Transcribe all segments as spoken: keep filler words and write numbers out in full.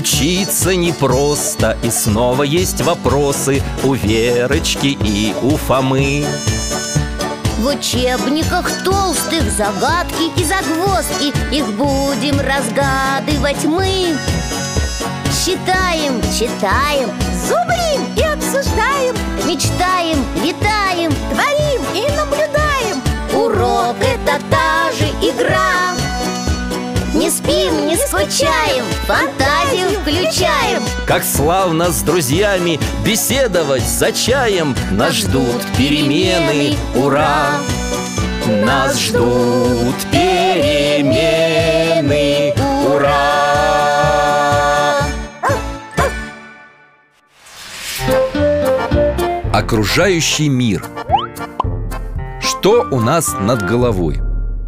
Учиться непросто, и снова есть вопросы у Верочки и у Фомы. В учебниках толстых загадки и загвоздки, их будем разгадывать мы. Считаем, читаем, зубрим и обсуждаем, мечтаем, летаем, творим и наблюдаем. Урок — это та же игра. Не спим, не скучаем, фантазию включаем. Как славно с друзьями беседовать за чаем. Нас ждут перемены, ура! Нас ждут перемены, ура! Окружающий мир. Что у нас над головой?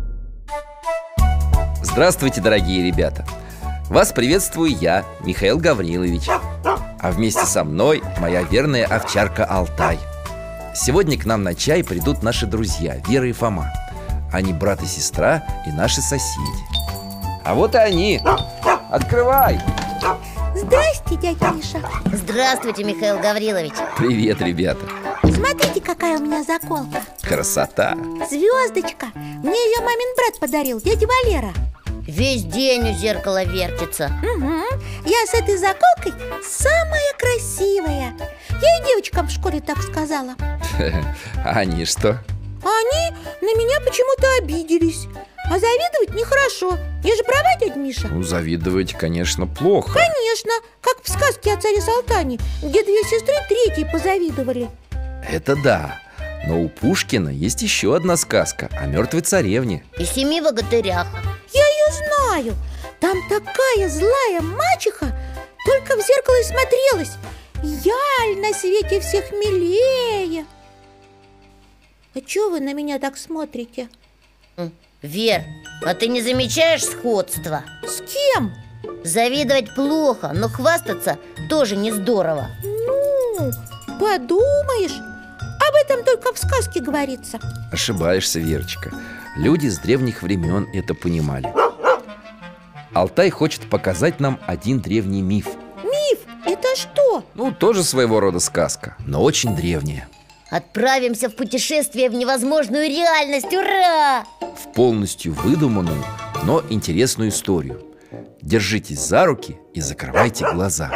Здравствуйте, дорогие ребята! Вас приветствую я, Михаил Гаврилович. А вместе со мной моя верная овчарка Алтай. Сегодня к нам на чай придут наши друзья Вера и Фома. Они брат и сестра и наши соседи. А вот и они! Открывай! Здрасте, дядя Миша. Здравствуйте, Михаил Гаврилович. Привет, ребята! Смотрите, какая у меня заколка. Красота! Звездочка. Мне ее мамин брат подарил, дядя Валера. Весь день у зеркала вертится. Угу. Я с этой заколкой самая красивая. Я и девочкам в школе так сказала. А они что? Они на меня почему-то обиделись. А завидовать нехорошо. Я же права, дядя Миша? Ну, завидовать, конечно, плохо. Конечно, как в сказке о царе Салтане, где две сестры третьей позавидовали. Это да. Но у Пушкина есть еще одна сказка о мертвой царевне И семи богатырях. Я ее знаю. Там такая злая мачеха, только в зеркало и смотрелась. Я на свете всех милее. А чего вы на меня так смотрите? Вер, а ты не замечаешь сходства? С кем? Завидовать плохо, но хвастаться тоже не здорово. Ну, подумаешь, об этом только в сказке говорится. Ошибаешься, Верочка. Люди с древних времен это понимали. Алтай хочет показать нам один древний миф. Миф? Это что? Ну, тоже своего рода сказка, но очень древняя. Отправимся в путешествие в невозможную реальность, ура! В полностью выдуманную, но интересную историю. Держитесь за руки и закрывайте глаза.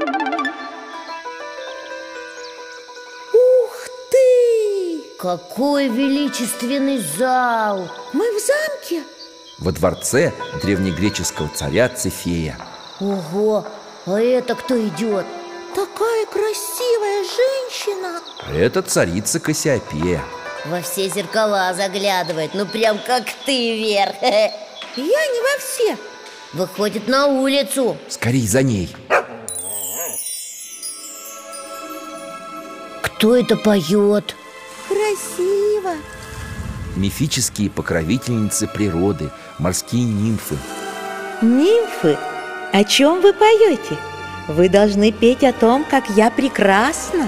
Ух ты! Какой величественный зал! Мы в замке? Во дворце древнегреческого царя Цефея. Ого! А это кто идет? Такая красивая женщина. Это царица Кассиопея. Во все зеркала заглядывает. Ну прям как ты, Вер. Я не во все. Выходит на улицу. Скорей за ней. Кто это поет? Красиво. Мифические покровительницы природы, морские нимфы. Нимфы? О чем вы поете? Вы должны петь о том, как я прекрасна.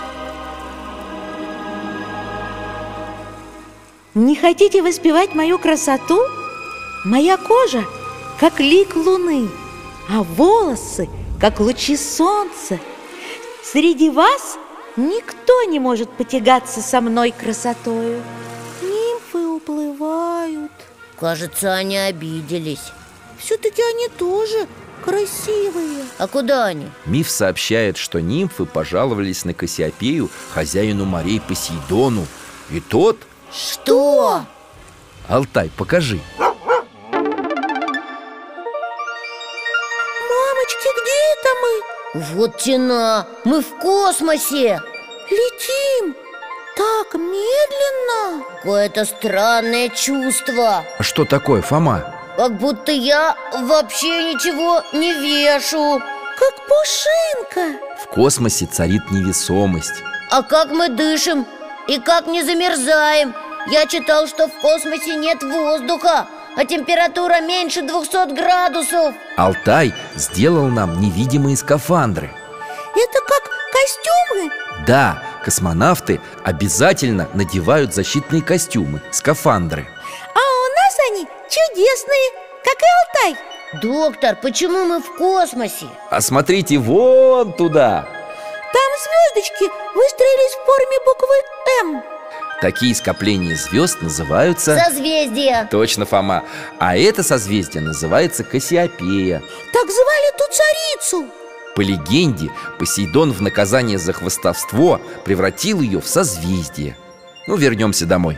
Не хотите воспевать мою красоту? Моя кожа, как лик луны, а волосы, как лучи солнца. Среди вас никто не может потягаться со мной красотою. Нимфы уплывают. Кажется, они обиделись. Все-таки они тоже красивые. А куда они? Миф сообщает, что нимфы пожаловались на Кассиопею, хозяину морей Посейдону. И тот... Что? Алтай, покажи. Мамочки, где это мы? Вот тена, мы в космосе. Летим так медленно. Какое-то странное чувство. А что такое, Фома? Как будто я вообще ничего не вешу. Как пушинка. В космосе царит невесомость. А как мы дышим? И как не замерзаем? Я читал, что в космосе нет воздуха, а температура меньше двухсот градусов. Алтай сделал нам невидимые скафандры. Это как костюмы? Да, космонавты обязательно надевают защитные костюмы, скафандры. А у нас они чудесные, как и Алтай. Доктор, почему мы в космосе? А смотрите вон туда. Там звездочки выстроились в форме буквы М. Такие скопления звезд называются... Созвездия. Точно, Фома. А это созвездие называется Кассиопея. Так звали ту царицу. По легенде, Посейдон в наказание за хвастовство превратил ее в созвездие. Ну, вернемся домой.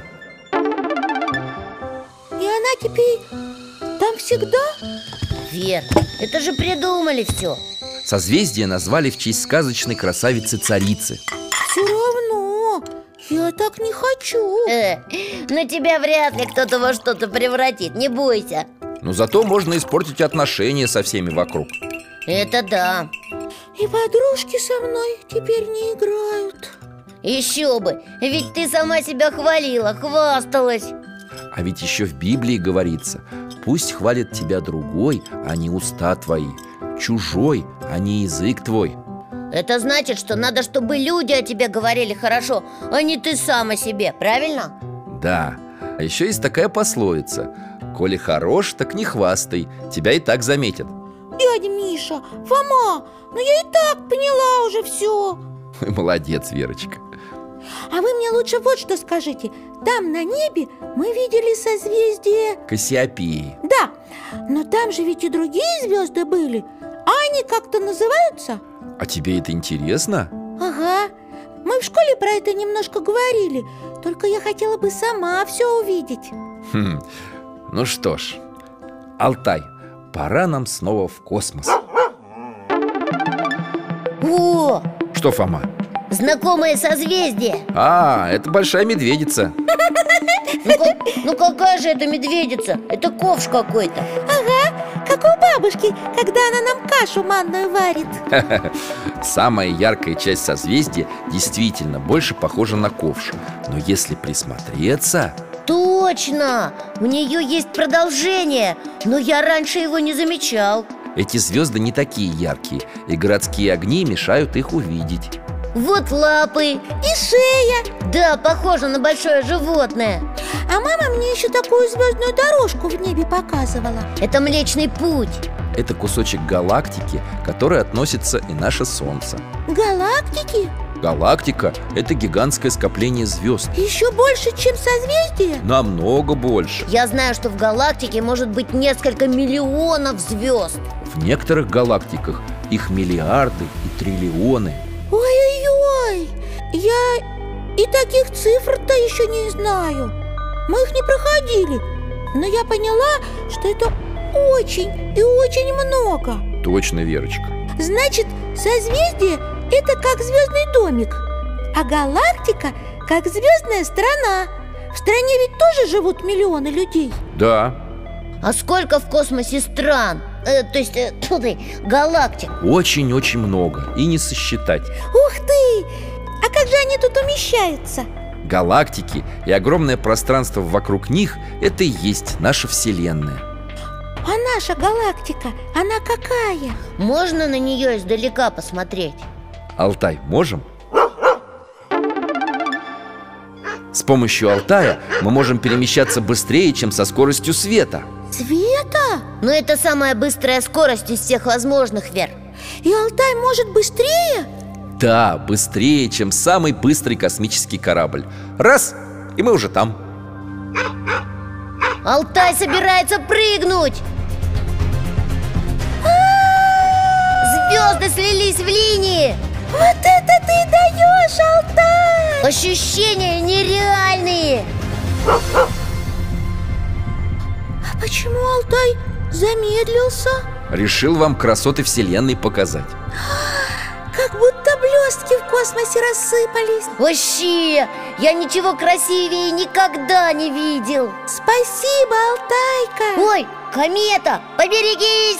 И она теперь там всегда? Верно, это же придумали все. Созвездие назвали в честь сказочной красавицы-царицы. Все равно я так не хочу. э, На тебя вряд ли кто-то во что-то превратит, не бойся. Но зато можно испортить отношения со всеми вокруг. Это да. И подружки со мной теперь не играют. Еще бы, ведь ты сама себя хвалила, хвасталась. А ведь еще в Библии говорится: пусть хвалит тебя другой, а не уста твои, чужой, а не язык твой. Это значит, что надо, чтобы люди о тебе говорили хорошо, а не ты сам о себе, правильно? Да, а еще есть такая пословица: коли хорош, так не хвастай, тебя и так заметят. Дядя Миша, Фома, ну я и так поняла уже все. Молодец, Верочка. А вы мне лучше вот что скажите. Там на небе мы видели созвездие... Кассиопеи. Да, но там же ведь и другие звезды были. А они как-то называются? А тебе это интересно? Ага, мы в школе про это немножко говорили. Только я хотела бы сама все увидеть. Хм. Ну что ж, Алтай, пора нам снова в космос. О, Что, Фома? знакомое созвездие. А, это большая медведица. Ну, как- ну какая же это медведица? Это ковш какой-то. Ага, как у бабушки, когда она нам кашу манную варит. Самая яркая часть созвездия действительно больше похожа на ковш. Но если присмотреться... Точно! У нее есть продолжение, но я раньше его не замечал. Эти звезды не такие яркие, и городские огни мешают их увидеть. Вот лапы. И шея. Да, похоже на большое животное. А мама мне еще такую звездную дорожку в небе показывала. Это Млечный Путь. Это кусочек галактики, к которой относится и наше Солнце. Галактики? Галактика – это гигантское скопление звезд. Еще больше, чем созвездие? Намного больше. Я знаю, что в галактике может быть несколько миллионов звезд. В некоторых галактиках их миллиарды и триллионы. Ой-ой-ой, я и таких цифр-то еще не знаю. Мы их не проходили, но я поняла, что это очень и очень много. Точно, Верочка. Значит, созвездие – это как звездный домик, а галактика – как звездная страна. В стране ведь тоже живут миллионы людей. Да, А сколько в космосе стран? Э, то есть, э, тьфу ты, галактик. очень-очень много, и не сосчитать. Ух ты! А как же они тут умещаются? Галактики и огромное пространство вокруг них – это и есть наша Вселенная. А наша галактика, она какая? Можно на нее издалека посмотреть? Алтай, можем? С помощью Алтая мы можем перемещаться быстрее, чем со скоростью света. Света? Но это самая быстрая скорость из всех возможных, Вер. И Алтай может быстрее? Да, быстрее, чем самый быстрый космический корабль. Раз, и мы уже там. Алтай собирается прыгнуть! Звезды слились в линии! Вот это ты даешь, Алтай! Ощущения нереальные! А почему Алтай замедлился? Решил вам красоты Вселенной показать. Как будто блестки в космосе рассыпались. Вообще, я ничего красивее никогда не видел. Спасибо, Алтайка. Ой, комета, поберегись!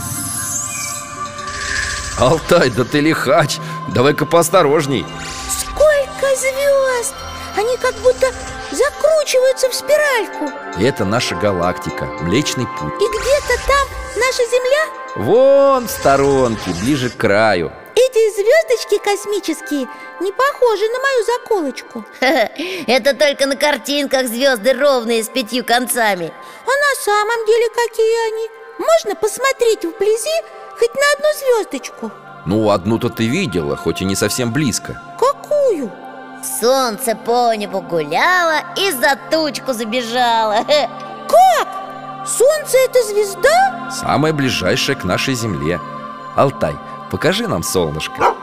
Алтай, да ты лихач, давай-ка поосторожней. Сколько звезд! Они как будто закручиваются в спиральку. Это наша галактика, Млечный Путь. И где-то там наша Земля? Вон в сторонке, ближе к краю. Эти звездочки космические не похожи на мою заколочку. Это только на картинках звезды ровные с пятью концами. А на самом деле какие они? можно посмотреть вблизи хоть на одну звездочку? Ну, одну-то ты видела, хоть и не совсем близко. Какую? Солнце по небу гуляло и за тучку забежало. Как? Солнце — это звезда? Самая ближайшая к нашей Земле. Алтай, покажи нам солнышко.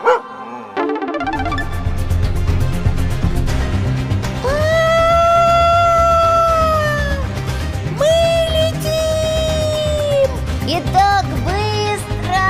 И так быстро!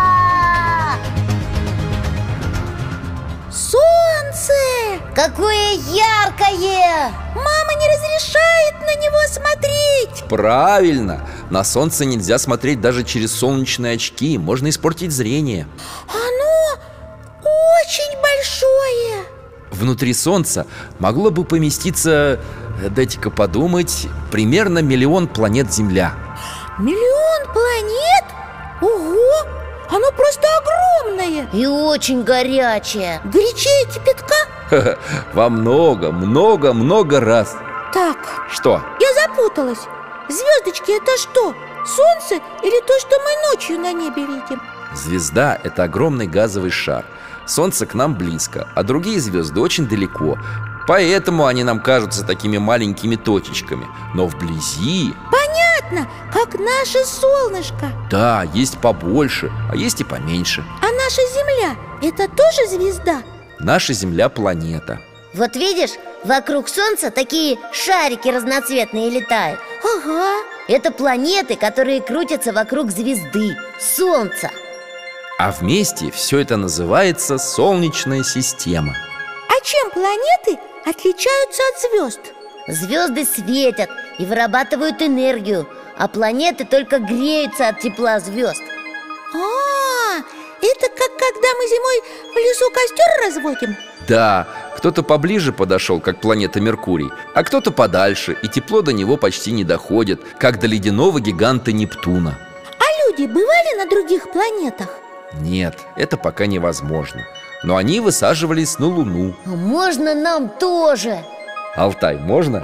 Солнце! Какое яркое! Мама не разрешает на него смотреть. Правильно! На солнце нельзя смотреть даже через солнечные очки. Можно испортить зрение. Оно очень большое. Внутри солнца могло бы поместиться, дайте-ка подумать, примерно миллион планет Земля. Миллион планет? Ого! Оно просто огромное. И очень горячее. Горячее кипятка? Во много, много, много раз. Так, Что? я запуталась. Звездочки — это что? Солнце или то, что мы ночью на небе видим? Звезда – это огромный газовый шар. Солнце к нам близко, а другие звезды очень далеко. Поэтому они нам кажутся такими маленькими точечками. Но вблизи, Понятно, как наше солнышко. да, есть побольше, а есть и поменьше. А наша Земля — это тоже звезда? Наша Земля – планета. Вот видишь, вокруг Солнца такие шарики разноцветные летают. Ага. Это планеты, которые крутятся вокруг звезды, Солнца. А вместе все это называется Солнечная система. А чем планеты отличаются от звезд? Звезды светят и вырабатывают энергию, а планеты только греются от тепла звезд. А, это как когда мы зимой в лесу костер разводим? Да, кто-то поближе подошел, как планета Меркурий, а кто-то подальше, и тепло до него почти не доходит, как до ледяного гиганта Нептуна. А люди бывали на других планетах? Нет, это пока невозможно. Но они высаживались на Луну. А можно нам тоже? Алтай, можно?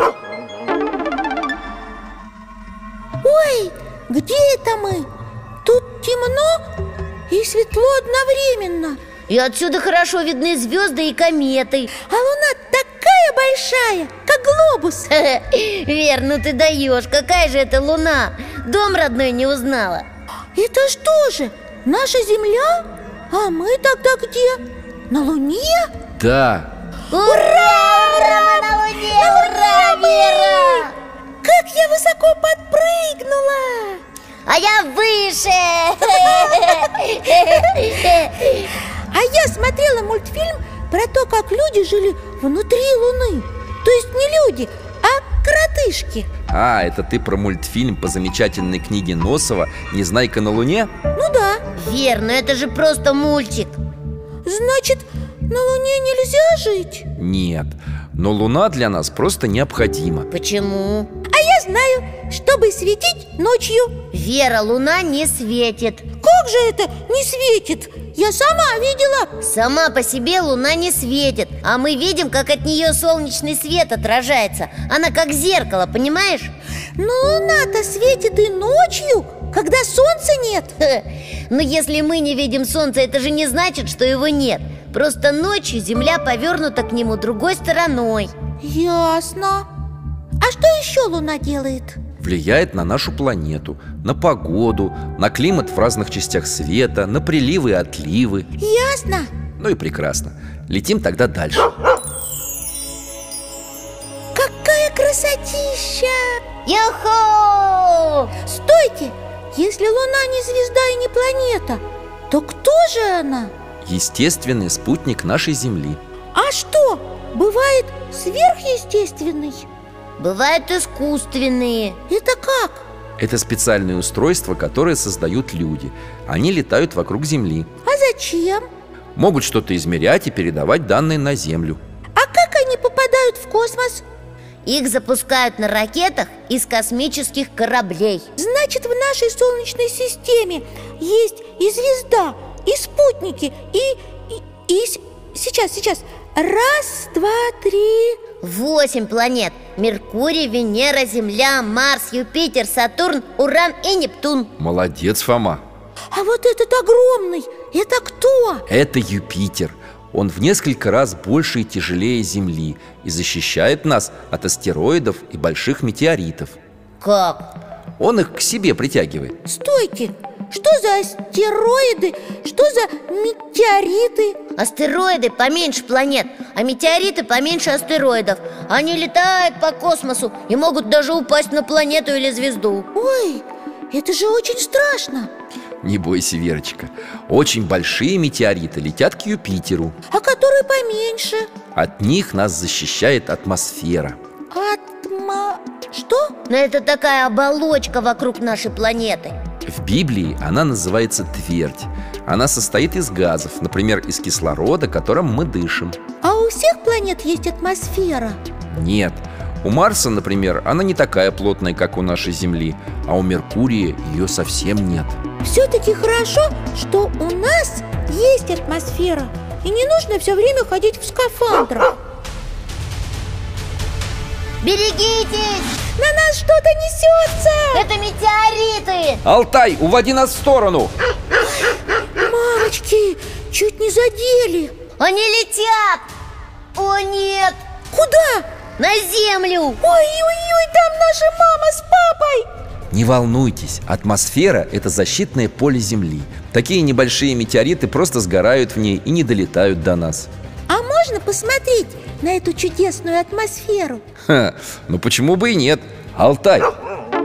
Ой, где это мы? Тут темно и светло одновременно. И отсюда хорошо видны звезды и кометы. А Луна такая большая, как глобус. Верно, ты даешь. Какая же это Луна? Дом родной не узнала. Это что же, наша Земля? А мы тогда где? На Луне? Да. Ура! Ура! На Луне! Ура, Вера! Как я высоко подпрыгнула! А я выше! А я смотрела мультфильм про то, как люди жили внутри Луны. То есть не люди, а коротышки. А, это ты про мультфильм по замечательной книге Носова «Незнайка на Луне»? Ну да. Верно, это же просто мультик. Значит, на Луне нельзя жить? Нет, но Луна для нас просто необходима. Почему? А я знаю, чтобы светить ночью. Вера, Луна не светит. Как же это не светит? Я сама видела. Сама по себе Луна не светит, а мы видим, как от нее солнечный свет отражается. Она как зеркало, понимаешь? Но Луна-то светит и ночью, когда солнца нет. Но если мы не видим солнце, это же не значит, что его нет. Просто ночью Земля повернута к нему другой стороной. Ясно. А что еще Луна делает? Влияет на нашу планету, на погоду, на климат в разных частях света, на приливы и отливы. Ясно. Ну и прекрасно. Летим тогда дальше. Какая красотища! Йо-хо! Стойте! Если Луна не звезда и не планета, то кто же она? Естественный спутник нашей Земли. А что, бывает сверхъестественный? Бывают искусственные. Это как? Это специальные устройства, которые создают люди. Они летают вокруг Земли. А зачем? Могут что-то измерять и передавать данные на Землю. А как они попадают в космос? Их запускают на ракетах из космических кораблей. Значит, в нашей Солнечной системе есть и звезда, и спутники, и... и, и... Сейчас, сейчас. Раз, два, три... Восемь планет. Меркурий, Венера, Земля, Марс, Юпитер, Сатурн, Уран и Нептун. Молодец, Фома. А вот этот огромный, это кто? Это Юпитер. Он в несколько раз больше и тяжелее Земли и защищает нас от астероидов и больших метеоритов. Как? Он их к себе притягивает. Стойте, что за астероиды, что за метеориты? Астероиды поменьше планет, а метеориты поменьше астероидов. Они летают по космосу и могут даже упасть на планету или звезду. Ой, это же очень страшно. Не бойся, Верочка. Очень большие метеориты летят к Юпитеру. А которые поменьше? От них нас защищает атмосфера. Атма... Что? Но это такая оболочка вокруг нашей планеты. В Библии она называется твердь. Она состоит из газов, например, из кислорода, которым мы дышим. А у всех планет есть атмосфера? Нет. У Марса, например, она не такая плотная, как у нашей Земли, а у Меркурия ее совсем нет. Все-таки хорошо, что у нас есть атмосфера, и не нужно все время ходить в скафандрах. Берегитесь! На нас что-то несется! Это метеориты! Алтай, уводи нас в сторону! Мамочки, чуть не задели. Они летят! О нет! Куда? На Землю! Ой-ой-ой, там наша мама с папой! Не волнуйтесь, атмосфера – это защитное поле Земли. Такие небольшие метеориты просто сгорают в ней и не долетают до нас. А можно посмотреть на эту чудесную атмосферу? Ха, ну почему бы и нет? Алтай! Мы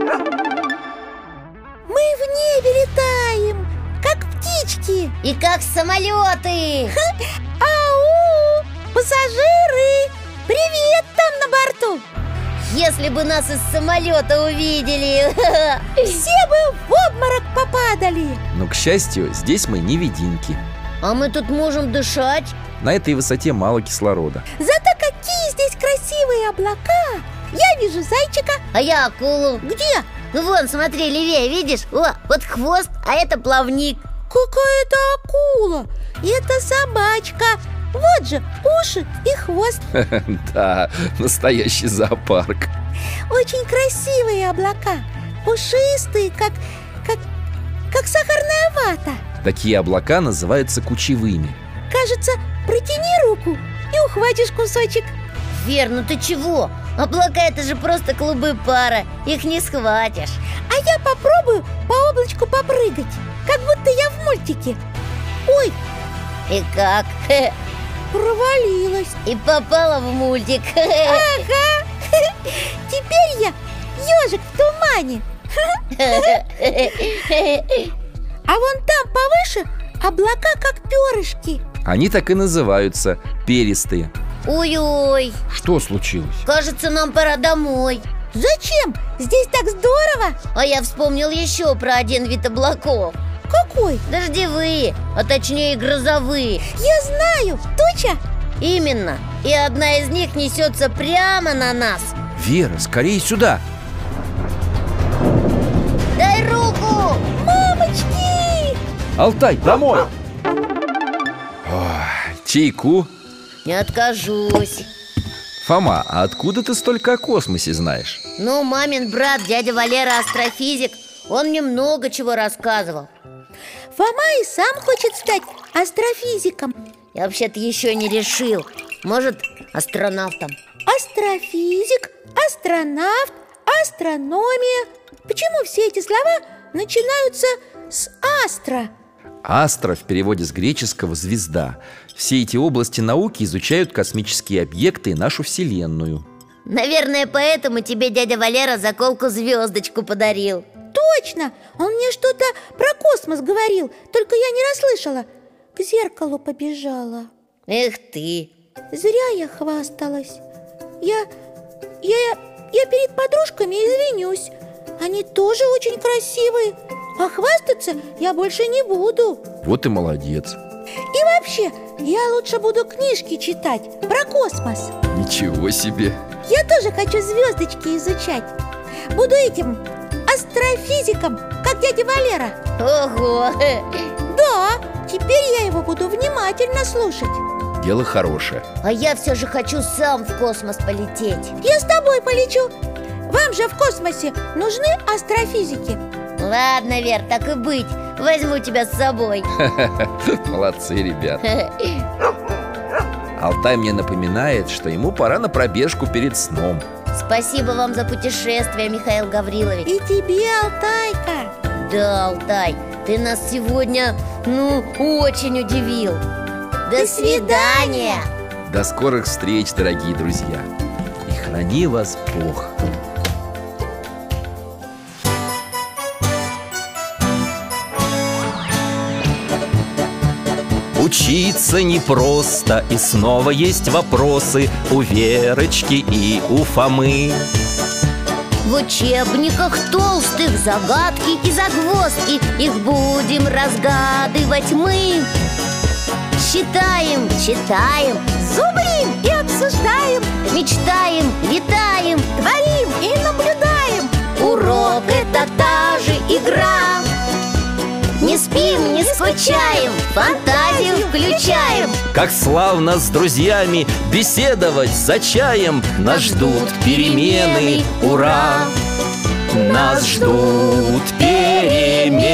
в небе летаем, как птички. И как самолеты! Ау! Пассажиры! Привет там на борту! Если бы нас из самолета увидели! Все бы в обморок попадали. Но, к счастью, здесь мы невидимки. А мы тут можем дышать? На этой высоте мало кислорода. Зато какие здесь красивые облака! Я вижу зайчика. А я акулу. Где? Ну вон, смотри, левее, видишь? О, вот хвост, а это плавник. Какая-то акула. Это собачка. Вот же уши и хвост. Да, настоящий зоопарк. Очень красивые облака. Пушистые, как, как, как сахарная вата. Такие облака называются кучевыми. Кажется, протяни руку и ухватишь кусочек. Вер, ну ты чего? Облака это же просто клубы пара. Их не схватишь. А я попробую по облачку попрыгать, как будто я в мультике. Ой, И как? провалилась. И попала в мультик. Ага. Теперь я ежик в тумане. А вон там повыше облака как перышки. Они так и называются – перистые. Ой-ой, Что случилось? кажется, нам пора домой. Зачем? Здесь так здорово. А я вспомнил еще про один вид облаков. Какой? Дождевые, а точнее грозовые. Я знаю, туча. Именно. И одна из них несется прямо на нас. Вера, скорее сюда! Дай руку! Мамочки! Алтай, домой! Ох, чайку? Не откажусь. Фома, а откуда ты столько о космосе знаешь? Ну, мамин брат, дядя Валера, астрофизик, он мне много чего рассказывал. Фома и сам хочет стать астрофизиком. Я вообще-то еще не решил. Может, астронавтом. Астрофизик, астронавт, астрономия. Почему все эти слова начинаются с астро? Астро в переводе с греческого «звезда». Все эти области науки изучают космические объекты и нашу Вселенную. Наверное, поэтому тебе дядя Валера заколку-звездочку подарил. Точно! Он мне что-то про космос говорил, только я не расслышала. К зеркалу побежала. Эх ты! Зря я хвасталась. Я... я... я перед подружками извинюсь. Они тоже очень красивые. А хвастаться я больше не буду. Вот и молодец. И вообще, я лучше буду книжки читать про космос. Ничего себе! Я тоже хочу звездочки изучать. Буду этим астрофизиком, как дядя Валера. Ого! Да, теперь я его буду внимательно слушать. дело хорошее. А я все же хочу сам в космос полететь. Я с тобой полечу. Вам же в космосе нужны астрофизики. Ладно, Вер, так и быть. Возьму тебя с собой. Молодцы, ребят. Алтай мне напоминает, что ему пора на пробежку перед сном. Спасибо вам за путешествие, Михаил Гаврилович. И тебе, Алтайка. Да, Алтай, ты нас сегодня, ну, очень удивил. До, До свидания. До скорых встреч, дорогие друзья. И храни вас Бог. Учиться непросто, и снова есть вопросы у Верочки и у Фомы. В учебниках толстых загадки и загвоздки, их будем разгадывать мы. Считаем, читаем, Зубрим и обсуждаем, мечтаем, летаем. творим и наблюдаем. Урок — это та же игра. Не спим, не скучаем, фантазию включаем. Как славно с друзьями беседовать за чаем. Нас ждут перемены, ура! Нас ждут перемены.